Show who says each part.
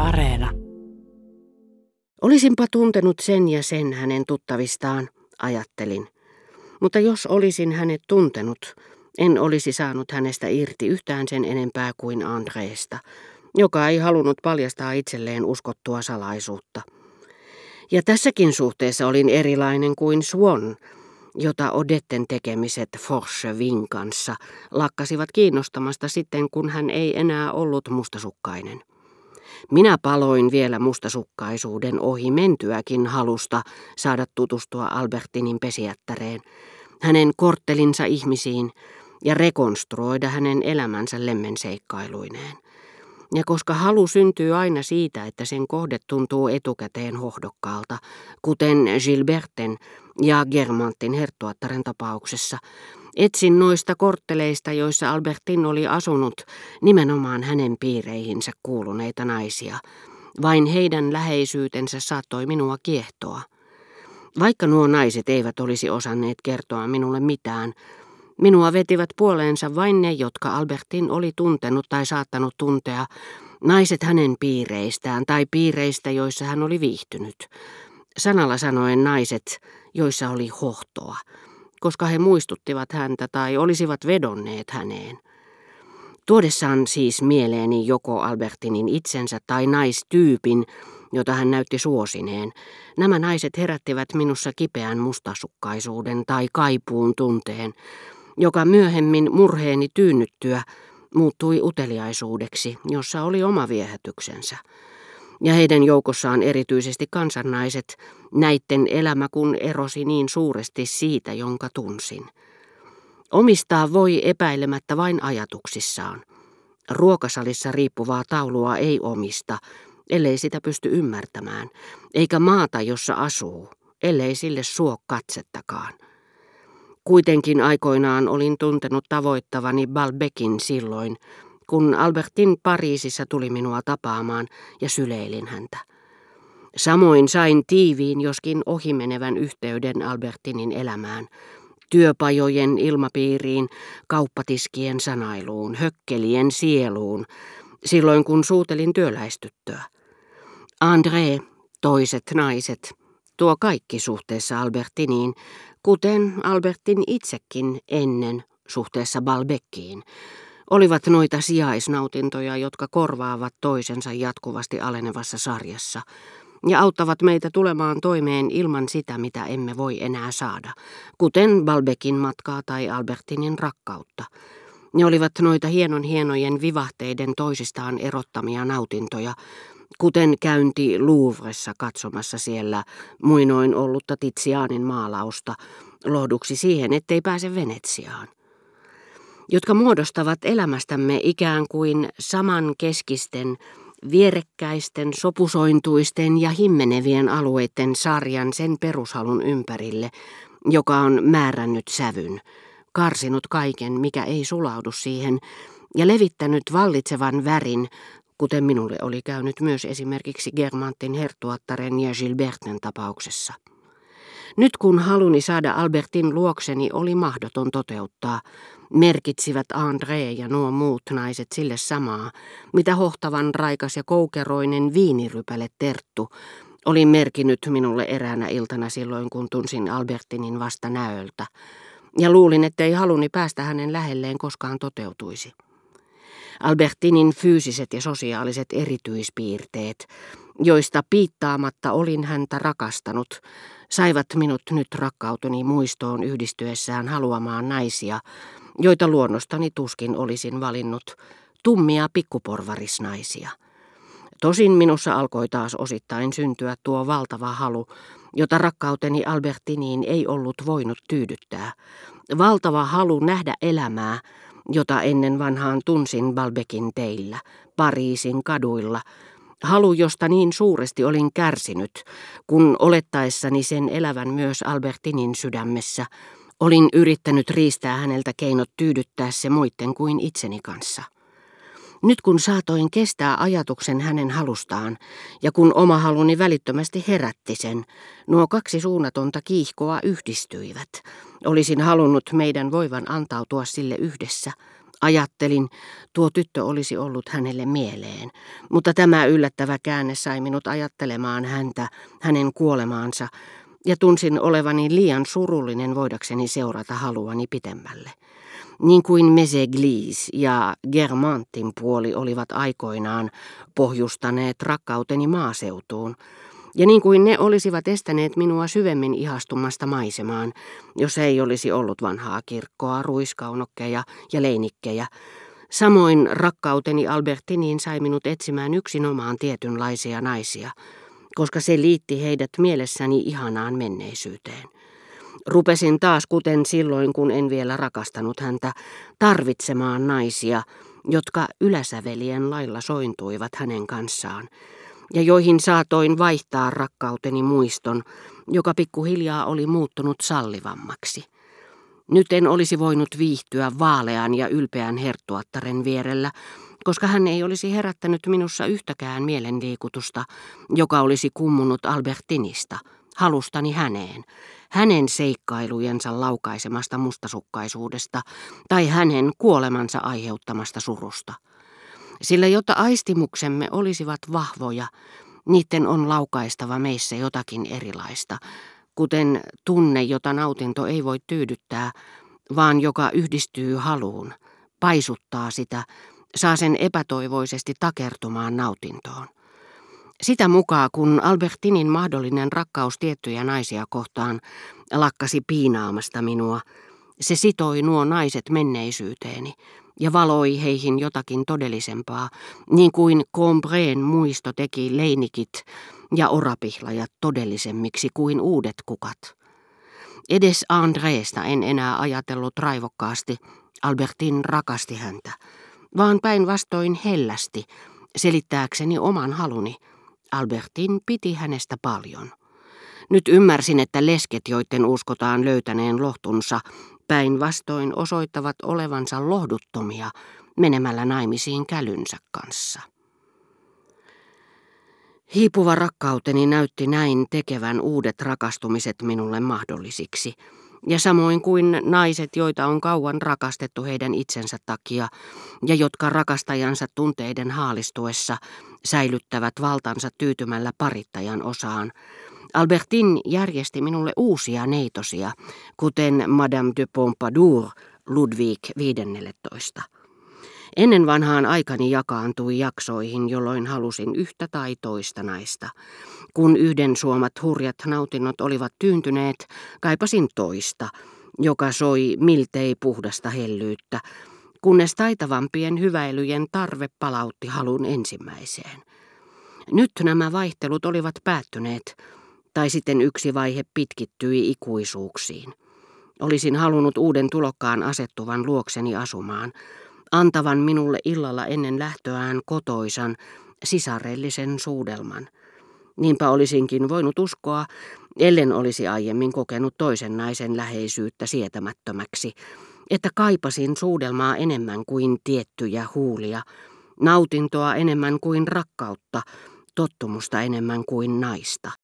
Speaker 1: Areena.
Speaker 2: Olisinpa tuntenut sen ja sen hänen tuttavistaan, ajattelin. Mutta jos olisin hänet tuntenut, en olisi saanut hänestä irti yhtään sen enempää kuin Andrésta, joka ei halunnut paljastaa itselleen uskottua salaisuutta. Ja tässäkin suhteessa olin erilainen kuin Swan, jota Odetten tekemiset Forchevin kanssa lakkasivat kiinnostamasta sitten, kun hän ei enää ollut mustasukkainen. Minä paloin vielä mustasukkaisuuden ohi mentyäkin halusta saada tutustua Albertinin pesijättäreen, hänen korttelinsa ihmisiin ja rekonstruoida hänen elämänsä lemmenseikkailuineen. Ja koska halu syntyy aina siitä, että sen kohde tuntuu etukäteen hohdokkaalta, kuten Gilberten ja Guermantin herttuattaren tapauksessa, etsin noista kortteleista, joissa Albertin oli asunut, nimenomaan hänen piireihinsä kuuluneita naisia. Vain heidän läheisyytensä saattoi minua kiehtoa. Vaikka nuo naiset eivät olisi osanneet kertoa minulle mitään, minua vetivät puoleensa vain ne, jotka Albertin oli tuntenut tai saattanut tuntea, naiset hänen piireistään tai piireistä, joissa hän oli viihtynyt. Sanalla sanoen naiset, joissa oli hohtoa, koska he muistuttivat häntä tai olisivat vedonneet häneen. Tuodessaan siis mieleeni joko Albertinin itsensä tai naistyypin, jota hän näytti suosineen, nämä naiset herättivät minussa kipeän mustasukkaisuuden tai kaipuun tunteen, joka myöhemmin murheeni tyynnyttyä muuttui uteliaisuudeksi, jossa oli oma viehätyksensä. Ja heidän joukossaan erityisesti kansannaiset, näitten elämä kun erosi niin suuresti siitä, jonka tunsin. Omistaa voi epäilemättä vain ajatuksissaan. Ruokasalissa riippuvaa taulua ei omista, ellei sitä pysty ymmärtämään, eikä maata, jossa asuu, ellei sille suo katsettakaan. Kuitenkin aikoinaan olin tuntenut tavoittavani Balbecin silloin, kun Albertin Pariisissa tuli minua tapaamaan ja syleilin häntä. Samoin sain tiiviin, joskin ohimenevän yhteyden Albertinin elämään, työpajojen ilmapiiriin, kauppatiskien sanailuun, hökkelien sieluun, silloin kun suutelin työläistyttöä. André, toiset naiset, tuo kaikki suhteessa Albertiniin, kuten Albertin itsekin ennen suhteessa Balbeciin, olivat noita sijaisnautintoja, jotka korvaavat toisensa jatkuvasti alenevassa sarjassa ja auttavat meitä tulemaan toimeen ilman sitä, mitä emme voi enää saada, kuten Balbecin matkaa tai Albertinin rakkautta. Ne olivat noita hienojen vivahteiden toisistaan erottamia nautintoja, kuten käynti Louvressa katsomassa siellä muinoin ollutta Tizianin maalausta, lohduksi siihen, ettei pääse Venetsiaan, jotka muodostavat elämästämme ikään kuin samankeskisten, vierekkäisten, sopusointuisten ja himmenevien alueiden sarjan sen perushalun ympärille, joka on määrännyt sävyn, karsinut kaiken, mikä ei sulaudu siihen, ja levittänyt vallitsevan värin, kuten minulle oli käynyt myös esimerkiksi Guermantin herttuattaren ja Gilberten tapauksessa. Nyt kun haluni saada Albertin luokseni oli mahdoton toteuttaa, merkitsivät André ja nuo muut naiset sille samaa, mitä hohtavan raikas ja koukeroinen viinirypäle Terttu oli merkinnyt minulle eräänä iltana silloin, kun tunsin Albertinin vasta näöltä, ja luulin, ettei haluni päästä hänen lähelleen koskaan toteutuisi. Albertinin fyysiset ja sosiaaliset erityispiirteet, joista piittaamatta olin häntä rakastanut, saivat minut nyt rakkauteni muistoon yhdistyessään haluamaan naisia, joita luonnostani tuskin olisin valinnut, tummia pikkuporvarisnaisia. Tosin minussa alkoi taas osittain syntyä tuo valtava halu, jota rakkauteni Albertiniin ei ollut voinut tyydyttää. Valtava halu nähdä elämää, jota ennen vanhaan tunsin Balbecin teillä, Pariisin kaduilla, halu, josta niin suuresti olin kärsinyt, kun olettaessani sen elävän myös Albertinin sydämessä, olin yrittänyt riistää häneltä keinot tyydyttää se muitten kuin itseni kanssa. Nyt kun saatoin kestää ajatuksen hänen halustaan, ja kun oma haluni välittömästi herätti sen, nuo kaksi suunnatonta kiihkoa yhdistyivät. Olisin halunnut meidän voivan antautua sille yhdessä, Ajattelin, tuo tyttö olisi ollut hänelle mieleen, mutta tämä yllättävä käänne sai minut ajattelemaan häntä, hänen kuolemaansa, ja tunsin olevani liian surullinen voidakseni seurata haluani pitemmälle. Niin kuin Méséglise ja Guermantin puoli olivat aikoinaan pohjustaneet rakkauteni maaseutuun, ja niin kuin ne olisivat estäneet minua syvemmin ihastumasta maisemaan, jos ei olisi ollut vanhaa kirkkoa, ruiskaunokkeja ja leinikkejä. Samoin rakkauteni Albertiniin sai minut etsimään yksinomaan tietynlaisia naisia, koska se liitti heidät mielessäni ihanaan menneisyyteen. Rupesin taas, kuten silloin, kun en vielä rakastanut häntä, tarvitsemaan naisia, jotka yläsävelien lailla sointuivat hänen kanssaan, ja joihin saatoin vaihtaa rakkauteni muiston, joka pikkuhiljaa oli muuttunut sallivammaksi. Nyt en olisi voinut viihtyä vaalean ja ylpeän herttuattaren vierellä, koska hän ei olisi herättänyt minussa yhtäkään mielenliikutusta, joka olisi kummunut Albertinista, halustani häneen, hänen seikkailujensa laukaisemasta mustasukkaisuudesta tai hänen kuolemansa aiheuttamasta surusta. Sillä jotta aistimuksemme olisivat vahvoja, niiden on laukaistava meissä jotakin erilaista, kuten tunne, jota nautinto ei voi tyydyttää, vaan joka yhdistyy haluun, paisuttaa sitä, saa sen epätoivoisesti takertumaan nautintoon. Sitä mukaa, kun Albertinin mahdollinen rakkaus tiettyjä naisia kohtaan lakkasi piinaamasta minua, se sitoi nuo naiset menneisyyteeni ja valoi heihin jotakin todellisempaa, niin kuin Combrén muisto teki leinikit ja orapihlajat todellisemmiksi kuin uudet kukat. Edes Andrésta en enää ajatellut raivokkaasti, Albertine rakasti häntä, vaan päinvastoin hellästi, selittääkseni oman haluni. Albertine piti hänestä paljon. Nyt ymmärsin, että lesket, joiden uskotaan löytäneen lohtunsa, päinvastoin osoittavat olevansa lohduttomia menemällä naimisiin kälynsä kanssa. Hiipuva rakkauteni näytti näin tekevän uudet rakastumiset minulle mahdollisiksi, ja samoin kuin naiset, joita on kauan rakastettu heidän itsensä takia, ja jotka rakastajansa tunteiden haalistuessa säilyttävät valtansa tyytymällä parittajan osaan, Albertine järjesti minulle uusia neitosia, kuten Madame de Pompadour Ludwig XV. Ennen vanhaan aikani jakaantui jaksoihin, jolloin halusin yhtä tai toista naista. Kun yhden suomat hurjat nautinnot olivat tyyntyneet, kaipasin toista, joka soi miltei puhdasta hellyyttä, kunnes taitavampien hyväilyjen tarve palautti halun ensimmäiseen. Nyt nämä vaihtelut olivat päättyneet, tai sitten yksi vaihe pitkittyi ikuisuuksiin. Olisin halunnut uuden tulokkaan asettuvan luokseni asumaan, antavan minulle illalla ennen lähtöään kotoisan, sisarellisen suudelman. Niinpä olisinkin voinut uskoa, ellen olisi aiemmin kokenut toisen naisen läheisyyttä sietämättömäksi, että kaipasin suudelmaa enemmän kuin tiettyjä huulia, nautintoa enemmän kuin rakkautta, tottumusta enemmän kuin naista.